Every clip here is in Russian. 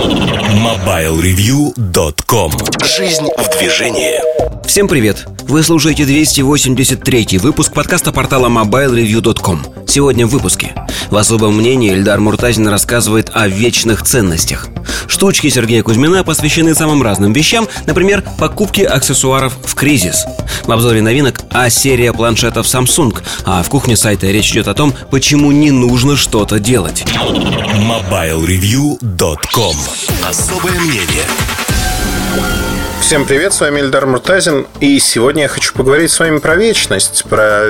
MobileReview.com. Жизнь в движении. Всем привет! Вы слушаете 283-й выпуск подкаста портала MobileReview.com. Сегодня в выпуске. В особом мнении Эльдар Муртазин рассказывает о вечных ценностях. Штучки Сергея Кузьмина посвящены самым разным вещам, например, покупке аксессуаров в кризис. В обзоре новинок серия планшетов Samsung, а в кухне сайта речь идет о том, почему не нужно что-то делать. MobileReview.com. Особое мнение. Всем привет, с вами Эльдар Муртазин. И сегодня я хочу поговорить с вами про вечность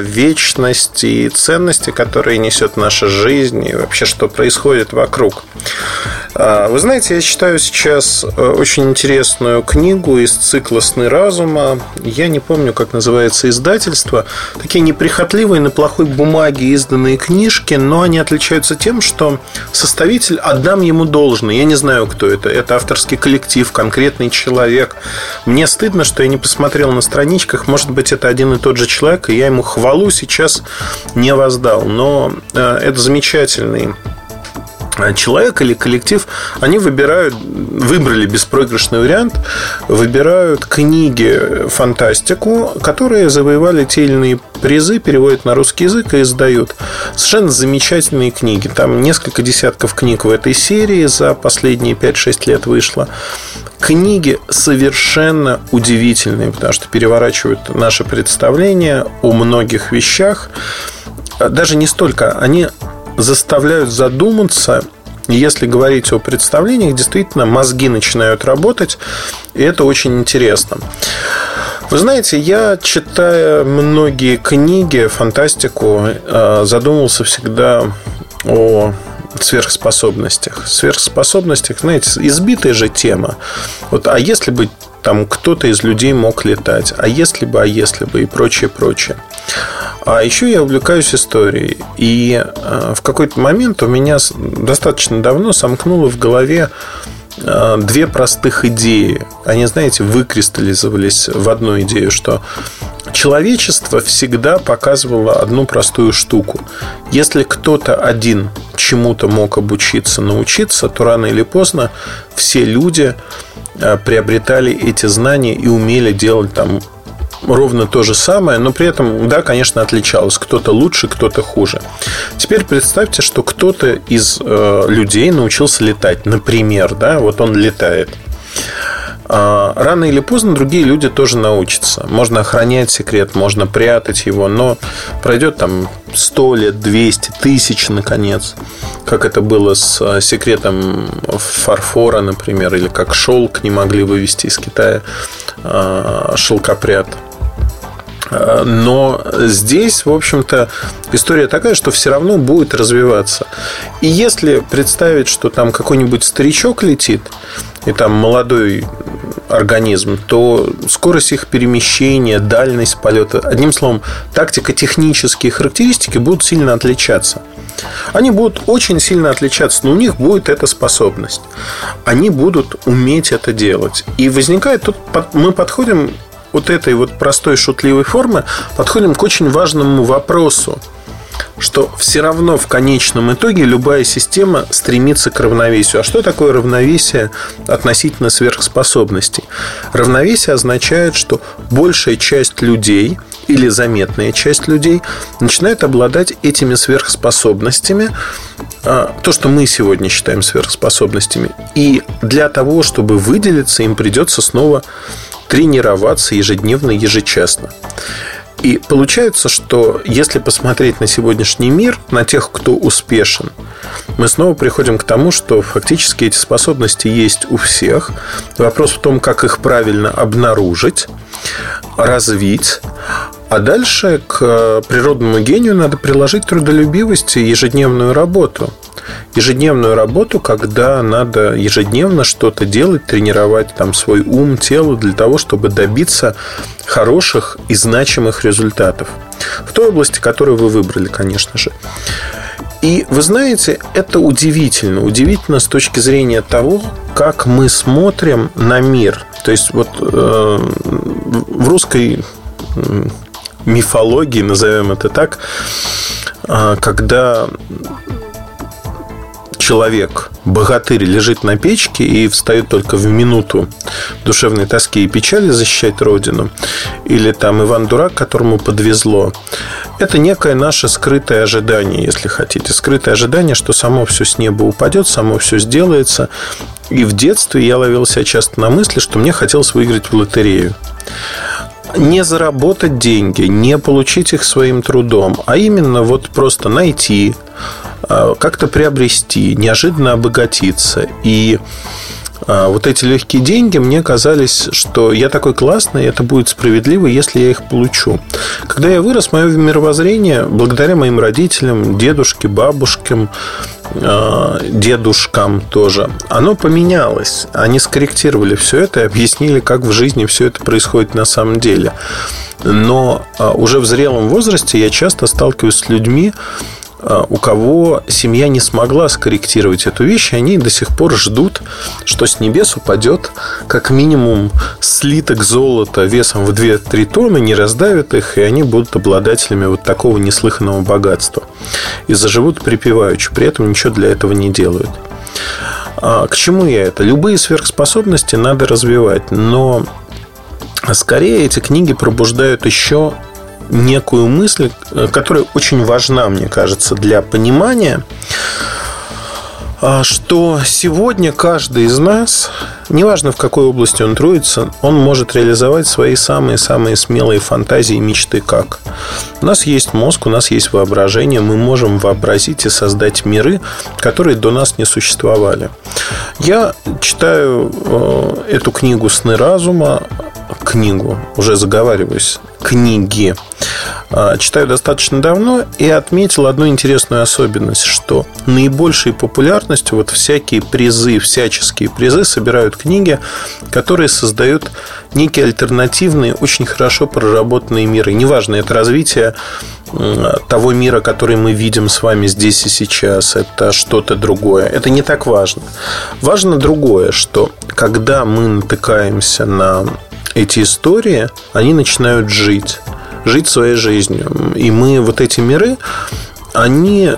и ценности, которые несет наша жизнь, и вообще, что происходит вокруг. Вы знаете, я читаю сейчас очень интересную книгу из цикла «Сны разума». Я не помню, как называется издательство. Такие неприхотливые, на плохой бумаге изданные книжки, но они отличаются тем, что составитель, отдам ему должное. Я не знаю, кто это. Это авторский коллектив, конкретный человек. Мне стыдно, что я не посмотрел на страничках. Может быть, это один и тот же человек, и я ему хвалу сейчас не воздал. Но это замечательный человек или коллектив. Они выбрали беспроигрышный вариант, выбирают книги, фантастику, которые завоевали те или иные призы, переводят на русский язык и издают. Совершенно замечательные книги. Там несколько десятков книг в этой серии за последние 5-6 лет вышло. Книги совершенно удивительные, потому что переворачивают наше представление о многих вещах. Даже не столько, они заставляют задуматься. Если говорить о представлениях, действительно, мозги начинают работать, и это очень интересно. Вы знаете, я, читая многие книги, фантастику, задумывался всегда о сверхспособностях, знаете, избитая же тема. А если бы там кто-то из людей мог летать, а если бы и прочее. А еще я увлекаюсь историей. И в какой-то момент у меня достаточно давно сомкнуло в голове две простых идеи. Они, знаете, выкристаллизовались в одну идею, что человечество всегда показывало одну простую штуку. Если кто-то один чему-то мог научиться, то рано или поздно все люди приобретали эти знания и умели делать там ровно то же самое, но при этом, да, конечно, отличалось. Кто-то лучше, кто-то хуже. Теперь представьте, что кто-то из людей научился летать. Например, да, вот он летает. Рано или поздно другие люди тоже научатся. Можно охранять секрет, можно прятать его, но пройдет там 100 лет, 200, 1000, наконец. Как это было с секретом фарфора, например, или как шелк не могли вывести из Китая шелкопряд. Но здесь, в общем-то, история такая, что все равно будет развиваться. И если представить, что там какой-нибудь старичок летит, и там молодой организм, то скорость их перемещения, дальность полета, одним словом, тактико-технические характеристики будут сильно отличаться. Они будут очень сильно отличаться, но у них будет эта способность. Они будут уметь это делать. И возникает тут, мы подходим вот этой вот простой шутливой формы, подходим к очень важному вопросу, что все равно в конечном итоге любая система стремится к равновесию. А что такое равновесие относительно сверхспособностей? Равновесие означает, что большая часть людей или заметная часть людей начинает обладать этими сверхспособностями, то, что мы сегодня считаем сверхспособностями. И для того, чтобы выделиться, им придется снова тренироваться ежедневно, ежечасно. И получается, что если посмотреть на сегодняшний мир, на тех, кто успешен, мы снова приходим к тому, что фактически эти способности есть у всех. Вопрос в том, как их правильно обнаружить, развить. А дальше к природному гению надо приложить трудолюбивость и ежедневную работу. Ежедневную работу, когда надо ежедневно что-то делать, тренировать там свой ум, тело для того, чтобы добиться хороших и значимых результатов в той области, которую вы выбрали, конечно же. И вы знаете, это удивительно. Удивительно с точки зрения того, как мы смотрим на мир. То есть вот в русской мифологии, назовем это так, когда человек, богатырь, лежит на печке и встает только в минуту душевной тоски и печали защищать Родину, или там Иван Дурак, которому подвезло, это некое наше скрытое ожидание, если хотите. Скрытое ожидание, что само все с неба упадет, само все сделается. И в детстве я ловил себя часто на мысли, что мне хотелось выиграть в лотерею. Не заработать деньги, не получить их своим трудом, а именно вот просто найти, как-то приобрести, неожиданно обогатиться. И вот эти легкие деньги мне казались, что я такой классный, это будет справедливо, если я их получу. Когда я вырос, мое мировоззрение, благодаря моим родителям, дедушке, бабушкам, дедушкам тоже, оно поменялось. Они скорректировали все это и объяснили, как в жизни все это происходит на самом деле. Но уже в зрелом возрасте я часто сталкиваюсь с людьми, у кого семья не смогла скорректировать эту вещь, и они до сих пор ждут, что с небес упадет как минимум слиток золота весом в 2-3 тонны, не раздавит их, и они будут обладателями вот такого неслыханного богатства. И заживут припеваючи, при этом ничего для этого не делают. К чему я это? Любые сверхспособности надо развивать, но скорее эти книги пробуждают еще некую мысль, которая очень важна, мне кажется, для понимания, что сегодня каждый из нас, неважно в какой области он трудится, он может реализовать свои самые-самые смелые фантазии и мечты. Как? У нас есть мозг, у нас есть воображение, мы можем вообразить и создать миры, которые до нас не существовали. Я читаю эту книгу «Сны разума», уже заговариваюсь, книги, читаю достаточно давно и отметил одну интересную особенность, что наибольшей популярностью вот всякие призы, всяческие призы собирают книги, которые создают некие альтернативные, очень хорошо проработанные миры. Неважно, это развитие того мира, который мы видим с вами здесь и сейчас, это что-то другое. Это не так важно. Важно другое, что когда мы натыкаемся на эти истории, они начинают жить своей жизнью. И мы, вот эти миры, они,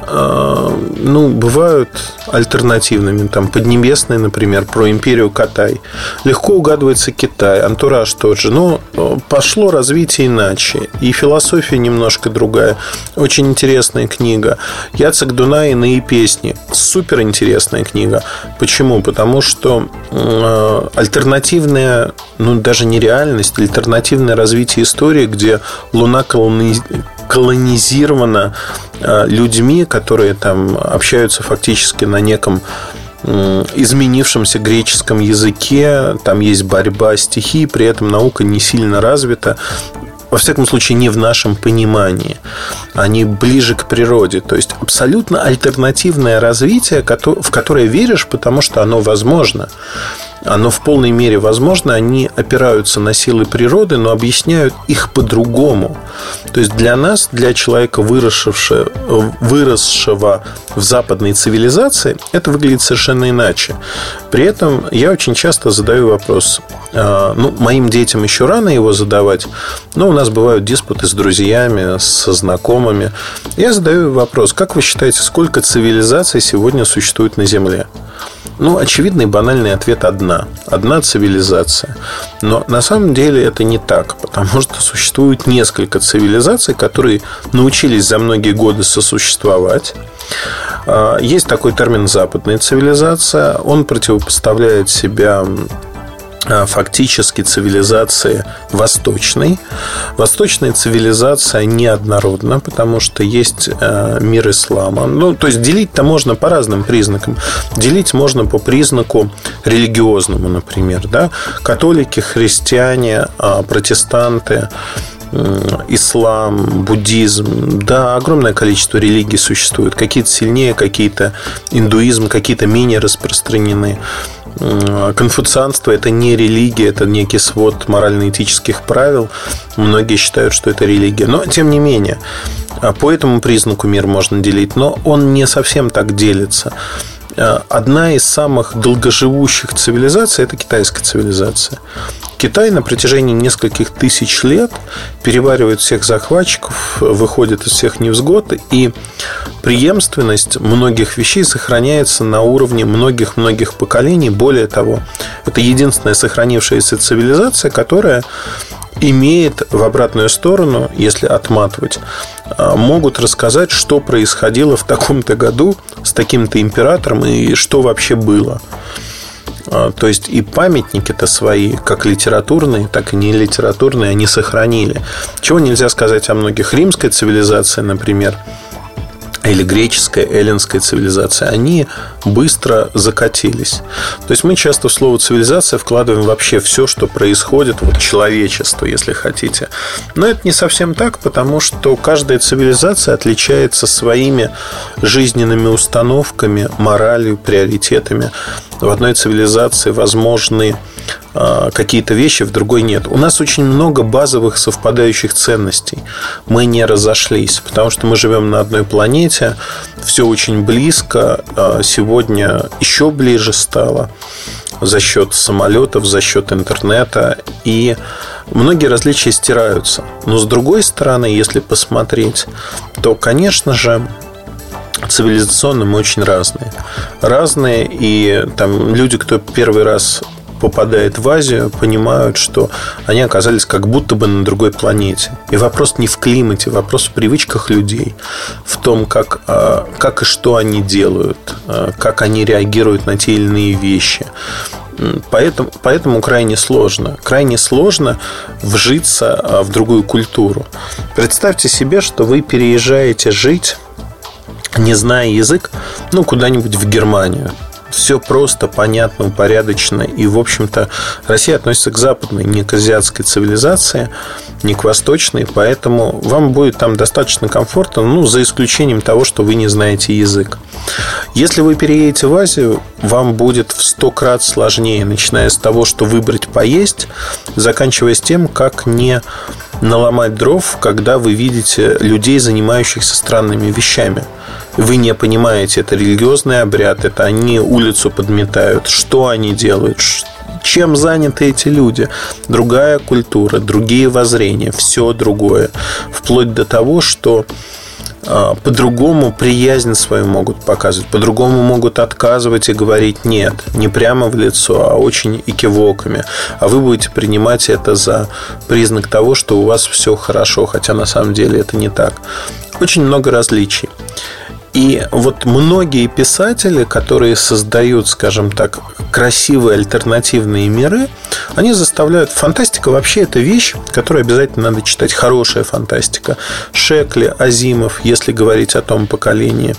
бывают альтернативными. Там Поднебесный, например, про империю Катай. Легко угадывается Китай, антураж тот же. Но пошло развитие иначе. И философия немножко другая. Очень интересная книга. Яцек Дунай и песни. Супер интересная книга. Почему? Потому что альтернативная, даже не реальность, альтернативное развитие истории, где Луна колонизирована людьми, которые там общаются фактически на неком изменившемся греческом языке. Там есть борьба стихий, при этом наука не сильно развита. Во всяком случае, не в нашем понимании. Они ближе к природе. То есть, абсолютно альтернативное развитие, в которое веришь, потому что оно возможно. Оно в полной мере возможно. Они опираются на силы природы, но объясняют их по-другому. То есть, для нас, для человека, выросшего в западной цивилизации, это выглядит совершенно иначе. При этом я очень часто задаю вопрос. Моим детям еще рано его задавать, но у нас бывают диспуты с друзьями, со знакомыми. Я задаю вопрос: как вы считаете, сколько цивилизаций сегодня существует на Земле? Очевидный банальный ответ: одна цивилизация. Но на самом деле это не так, потому что существует несколько цивилизаций, которые научились за многие годы сосуществовать. Есть такой термин «западная цивилизация». Он противопоставляет себя фактически цивилизации восточной. Восточная цивилизация неоднородна, потому что есть мир ислама. То есть делить-то можно по разным признакам. Делить можно по признаку религиозному, например, да? Католики, христиане, протестанты, ислам, буддизм. Да, огромное количество религий существует. Какие-то сильнее, какие-то индуизм, какие-то менее распространены. Конфуцианство – это не религия, это некий свод морально-этических правил. Многие считают, что это религия. Но, тем не менее, по этому признаку мир можно делить. Но он не совсем так делится. Одна из самых долгоживущих цивилизаций – это китайская цивилизация. Китай на протяжении нескольких тысяч лет переваривает всех захватчиков, выходит из всех невзгод, и преемственность многих вещей сохраняется на уровне многих-многих поколений. Более того, это единственная сохранившаяся цивилизация, которая имеет в обратную сторону, если отматывать, могут рассказать, что происходило в таком-то году с таким-то императором и что вообще было. То есть и памятники-то свои, как литературные, так и нелитературные, они сохранили. Чего нельзя сказать о многих. Римской цивилизации, например, или греческая, эллинская цивилизация, они быстро закатились. То есть мы часто в слово цивилизация вкладываем вообще все, что происходит, вот человечество, если хотите. Но это не совсем так, потому что каждая цивилизация отличается своими жизненными установками, моралью, приоритетами. В одной цивилизации возможны какие-то вещи, в другой нет. У нас очень много базовых совпадающих ценностей. Мы не разошлись, потому что мы живем на одной планете, все очень близко. Сегодня еще ближе стало за счет самолетов, за счет интернета. И многие различия стираются. Но с другой стороны, если посмотреть, то, конечно же, цивилизационно мы очень разные. Разные, и там люди, кто первый раз попадает в Азию, понимают, что они оказались как будто бы на другой планете. И вопрос не в климате, вопрос в привычках людей, в том, как и что они делают, как они реагируют на те или иные вещи. Поэтому крайне сложно вжиться в другую культуру. Представьте себе, что вы переезжаете жить, не зная язык, куда-нибудь в Германию. Все просто, понятно, упорядочено. И, в общем-то, Россия относится к западной, не к азиатской цивилизации, не к восточной. Поэтому вам будет там достаточно комфортно, за исключением того, что вы не знаете язык. Если вы переедете в Азию, вам будет в 100 крат сложнее, начиная с того, что выбрать поесть, заканчивая с тем, как не наломать дров, когда вы видите людей, занимающихся странными вещами. Вы не понимаете, это религиозный обряд, это они улицу подметают, что они делают, чем заняты эти люди. Другая культура, другие воззрения, все другое. Вплоть до того, что по-другому приязнь свою могут показывать, по-другому могут отказывать и говорить нет, не прямо в лицо, а очень и кивоками. А вы будете принимать это за признак того, что у вас все хорошо, хотя на самом деле это не так. Очень много различий. И вот многие писатели, которые создают, скажем так, красивые альтернативные миры, они заставляют... Фантастика вообще это вещь, которую обязательно надо читать. Хорошая фантастика. Шекли, Азимов, если говорить о том поколении.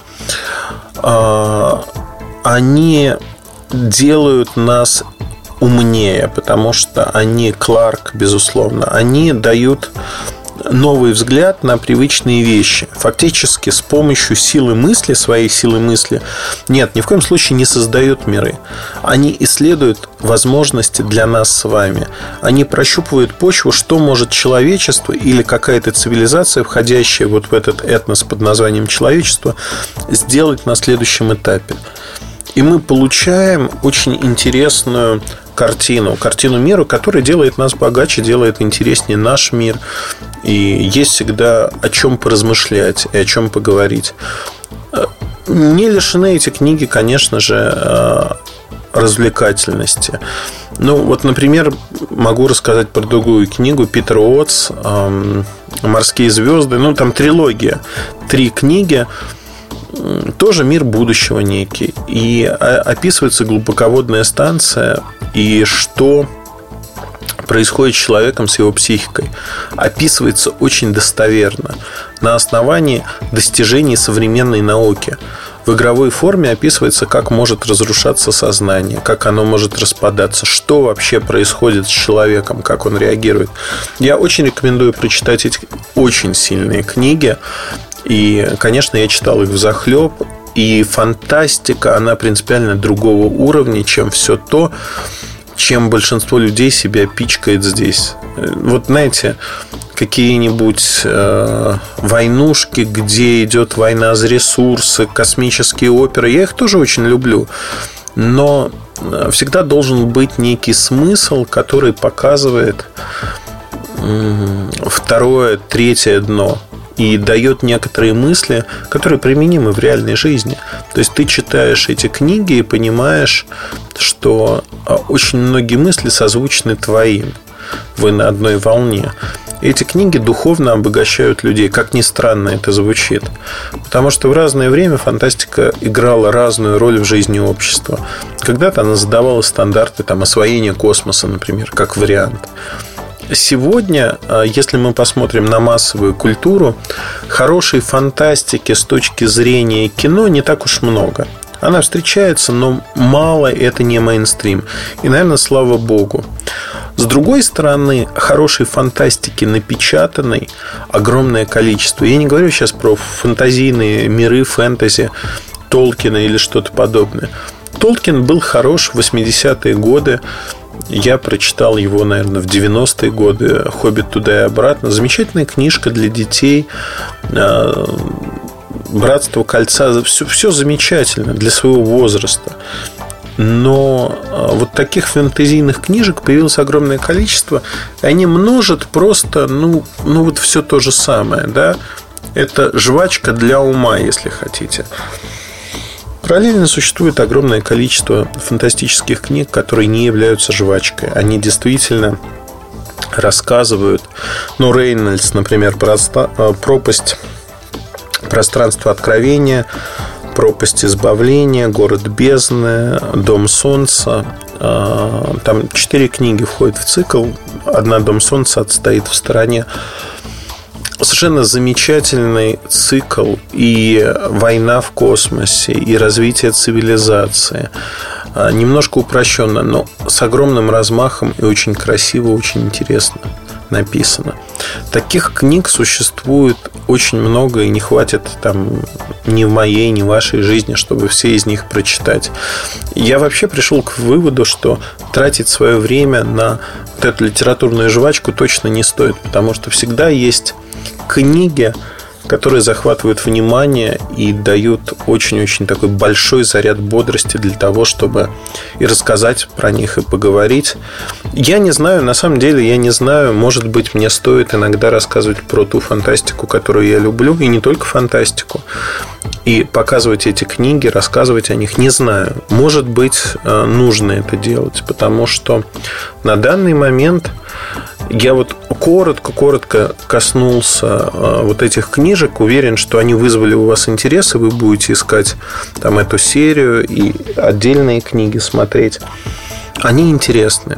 Они делают нас умнее, потому что они, Кларк, безусловно, они дают новый взгляд на привычные вещи. Фактически с помощью силы мысли, своей силы мысли, нет, ни в коем случае не создают миры. Они исследуют возможности для нас с вами. Они прощупывают почву, что может человечество или какая-то цивилизация, входящая вот в этот этнос под названием человечество, сделать на следующем этапе. И мы получаем очень интересную картину мира, которая делает нас богаче, делает интереснее наш мир. И есть всегда о чем поразмышлять и о чем поговорить. Не лишены эти книги, конечно же, развлекательности. Вот, например, могу рассказать про другую книгу Питера Уотс «Морские звезды». Там трилогия. 3 книги. Тоже мир будущего некий. И описывается глубоководная станция и что происходит с человеком, с его психикой. Описывается очень достоверно на основании достижений современной науки. В игровой форме описывается, как может разрушаться сознание, как оно может распадаться, что вообще происходит с человеком, как он реагирует. Я очень рекомендую прочитать эти очень сильные книги. И, конечно, я читал их взахлеб. И фантастика, она принципиально другого уровня, чем все то, чем большинство людей себя пичкает здесь. Вот, знаете, какие-нибудь войнушки, где идет война за ресурсы, космические оперы. Я их тоже очень люблю. Но всегда должен быть некий смысл, который показывает второе, третье дно и дает некоторые мысли, которые применимы в реальной жизни. То есть ты читаешь эти книги и понимаешь, что очень многие мысли созвучны твоим. Вы на одной волне. Эти книги духовно обогащают людей. Как ни странно это звучит. Потому что в разное время фантастика играла разную роль в жизни общества. Когда-то она задавала стандарты освоения космоса, например, как вариант. Сегодня, если мы посмотрим на массовую культуру, хорошей фантастики с точки зрения кино не так уж много. Она встречается, но мало, это не мейнстрим. И, наверное, слава богу. С другой стороны, хорошей фантастики напечатанной огромное количество. Я не говорю сейчас про фантазийные миры, фэнтези, Толкина или что-то подобное. Толкин был хорош в 80-е годы. Я прочитал его, наверное, в 90-е годы. «Хоббит. Туда и обратно». Замечательная книжка для детей. «Братство кольца». Все замечательно для своего возраста. Но вот таких фэнтезийных книжек появилось огромное количество. И они множат просто, вот все то же самое, да? Это жвачка для ума, если хотите. Параллельно существует огромное количество фантастических книг, которые не являются жвачкой. Они действительно рассказывают. Рейнольдс, например, «Пропасть», «Пространство откровения», «Пропасть избавления», «Город бездны», «Дом солнца». Там 4 книги входят в цикл. Одна «Дом солнца» отстоит в стороне. Совершенно замечательный цикл. И война в космосе, и развитие цивилизации. Немножко упрощенно, но с огромным размахом и очень красиво, очень интересно написано. Таких книг существует очень много, и не хватит ни в моей, ни в вашей жизни, чтобы все из них прочитать. Я вообще пришел к выводу, что тратить свое время на вот эту литературную жвачку точно не стоит, потому что всегда есть книги, которые захватывают внимание и дают очень-очень такой большой заряд бодрости для того, чтобы и рассказать про них, и поговорить. Я не знаю, на самом деле я не знаю, может быть, мне стоит иногда рассказывать про ту фантастику, которую я люблю, и не только фантастику, и показывать эти книги, рассказывать о них, не знаю. Может быть, нужно это делать, потому что на данный момент я вот коротко коснулся вот этих книжек. Уверен, что они вызвали у вас интерес, и вы будете искать эту серию и отдельные книги смотреть. Они интересны.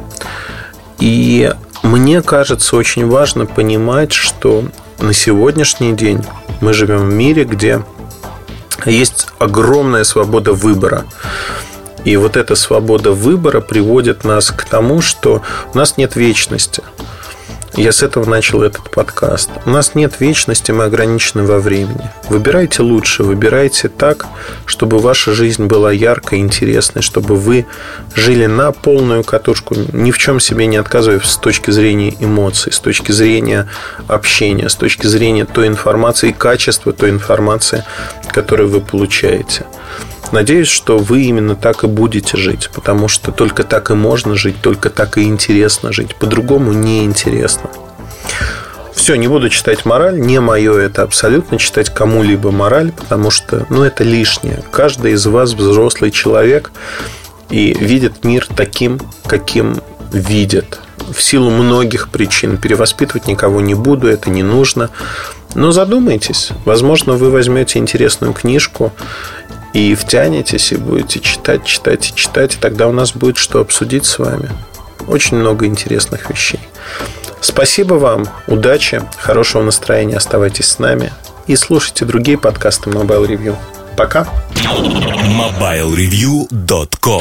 И мне кажется, очень важно понимать, что на сегодняшний день мы живем в мире, где есть огромная свобода выбора. И вот эта свобода выбора приводит нас к тому, что у нас нет вечности. Я с этого начал этот подкаст. У нас нет вечности, мы ограничены во времени. Выбирайте лучше, выбирайте так, чтобы ваша жизнь была яркой, интересной, чтобы вы жили на полную катушку, ни в чем себе не отказывая с точки зрения эмоций, с точки зрения общения, с точки зрения той информации и качества той информации, которую вы получаете. Надеюсь, что вы именно так и будете жить, потому что только так и можно жить, только так и интересно жить. По-другому неинтересно. Все, не буду читать мораль. Не мое это абсолютно читать кому-либо мораль, потому что это лишнее. Каждый из вас взрослый человек и видит мир таким, каким видит. В силу многих причин. Перевоспитывать никого не буду, это не нужно. Но задумайтесь. Возможно, вы возьмете интересную книжку и втянетесь, и будете читать, и тогда у нас будет что обсудить с вами. Очень много интересных вещей. Спасибо вам, удачи, хорошего настроения, оставайтесь с нами и слушайте другие подкасты Mobile Review. Пока. MobileReview.com